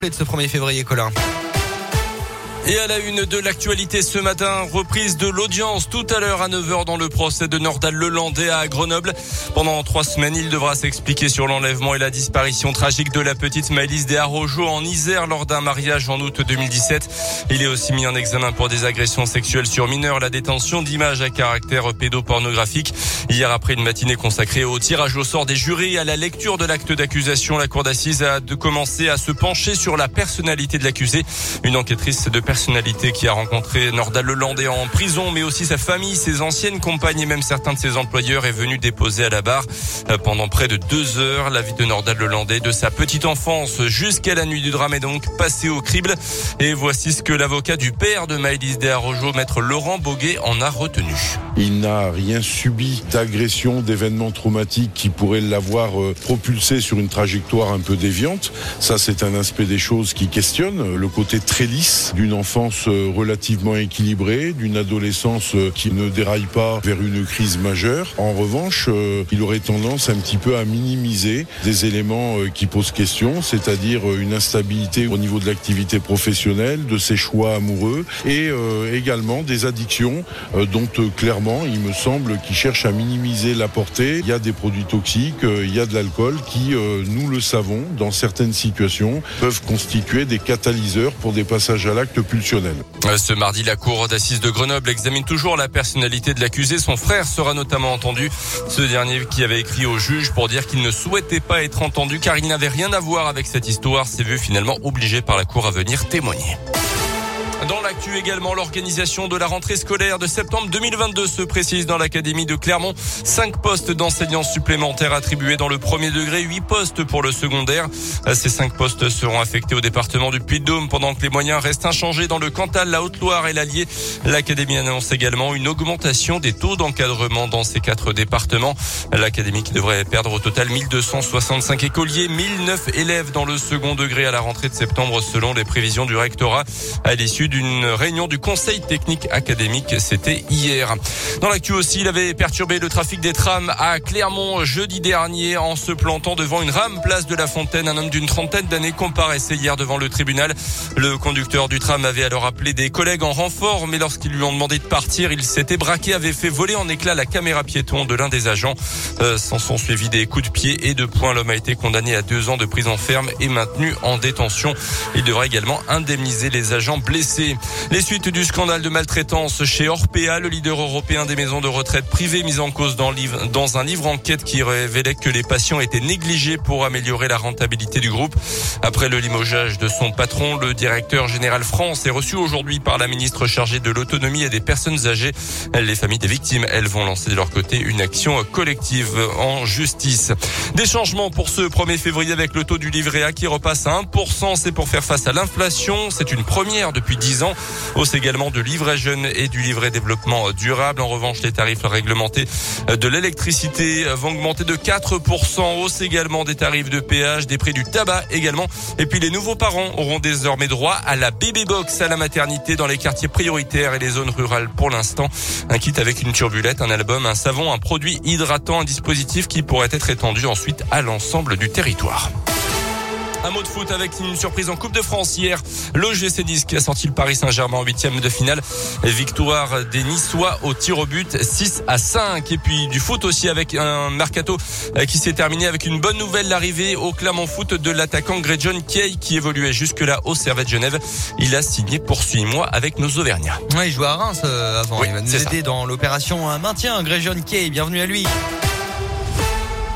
De ce 1er février, Colin. Et à la une de l'actualité ce matin, reprise de l'audience tout à l'heure à 9h dans le procès de Nordal Lelandais à Grenoble. Pendant 3 semaines, il devra s'expliquer sur l'enlèvement et la disparition tragique de la petite Maëlys Desarrojo en Isère lors d'un mariage en août 2017. Il est aussi mis en examen pour des agressions sexuelles sur mineurs, la détention d'images à caractère pédopornographique. Hier, après une matinée consacrée au tirage au sort des jurés et à la lecture de l'acte d'accusation, la cour d'assises a commencé à se pencher sur la personnalité de l'accusé. Une enquêtrice de personnalité qui a rencontré Nordal Lelandais en prison, mais aussi sa famille, ses anciennes compagnes et même certains de ses employeurs est venue déposer à la barre pendant près de 2 heures. La vie de Nordal Lelandais, de sa petite enfance jusqu'à la nuit du drame, est donc passée au crible. Et voici ce que l'avocat du père de Maëlys Desarrojo, maître Laurent Boguet, en a retenu. Il n'a rien subi d'agression, d'événements traumatiques qui pourraient l'avoir propulsé sur une trajectoire un peu déviante. Ça, c'est un aspect des choses qui questionne le côté très lisse d'une enfance relativement équilibrée, d'une adolescence qui ne déraille pas vers une crise majeure. En revanche, il aurait tendance un petit peu à minimiser des éléments qui posent question, c'est-à-dire une instabilité au niveau de l'activité professionnelle, de ses choix amoureux et également des addictions dont clairement, il me semble qu'il cherche à minimiser la portée. Il y a des produits toxiques, il y a de l'alcool qui, nous le savons, dans certaines situations, peuvent constituer des catalyseurs pour des passages à l'acte pulsionnel. Ce mardi, la cour d'assises de Grenoble examine toujours la personnalité de l'accusé. Son frère sera notamment entendu. Ce dernier qui avait écrit au juge pour dire qu'il ne souhaitait pas être entendu car il n'avait rien à voir avec cette histoire, s'est vu finalement obligé par la cour à venir témoigner. Dans l'actu également, l'organisation de la rentrée scolaire de septembre 2022 se précise dans l'académie de Clermont. 5 postes d'enseignants supplémentaires attribués dans le premier degré, 8 postes pour le secondaire. Ces 5 postes seront affectés au département du Puy-de-Dôme pendant que les moyens restent inchangés dans le Cantal, la Haute-Loire et l'Allier. L'académie annonce également une augmentation des taux d'encadrement dans ces 4 départements. L'académie qui devrait perdre au total 1265 écoliers, 1009 élèves dans le second degré à la rentrée de septembre selon les prévisions du rectorat à l'issue d'une réunion du conseil technique académique. C'était hier. Dans l'actu aussi, il avait perturbé le trafic des trams à Clermont jeudi dernier en se plantant devant une rame place de la Fontaine. Un homme d'une trentaine d'années comparaissait hier devant le tribunal. Le conducteur du tram avait alors appelé des collègues en renfort, mais lorsqu'ils lui ont demandé de partir, il s'était braqué, avait fait voler en éclats la caméra piéton de l'un des agents. S'en sont suivis des coups de pied et de poing. L'homme a été condamné à 2 ans de prison ferme et maintenu en détention. Il devra également indemniser les agents blessés. Les suites du scandale de maltraitance chez Orpea, le leader européen des maisons de retraite privées mis en cause dans un livre enquête qui révélait que les patients étaient négligés pour améliorer la rentabilité du groupe. Après le limogeage de son patron, le directeur général France est reçu aujourd'hui par la ministre chargée de l'autonomie et des personnes âgées. Les familles des victimes, elles, vont lancer de leur côté une action collective en justice. Des changements pour ce 1er février avec le taux du livret A qui repasse à 1%. C'est pour faire face à l'inflation. C'est une première depuis 10 ans. Hausse également de livret jeune et du livret développement durable. En revanche, les tarifs réglementés de l'électricité vont augmenter de 4%. Hausse également des tarifs de péage, des prix du tabac également. Et puis les nouveaux parents auront désormais droit à la bébé box à la maternité dans les quartiers prioritaires et les zones rurales pour l'instant. Un kit avec une turbulette, un album, un savon, un produit hydratant, un dispositif qui pourrait être étendu ensuite à l'ensemble du territoire. Un mot de foot avec une surprise en Coupe de France hier. L'OGC Nice qui a sorti le Paris Saint-Germain en 8e de finale. Victoire des Niçois au tir au but 6-5. Et puis du foot aussi avec un mercato qui s'est terminé avec une bonne nouvelle. L'arrivée au Clermont Foot de l'attaquant Grejon Kay qui évoluait jusque-là au Servette Genève. Il a signé pour 6 mois avec nos Auvergnats. Ouais, il jouait à Reims avant. Oui, il va nous aider dans l'opération maintien. Grejon Kay, bienvenue à lui.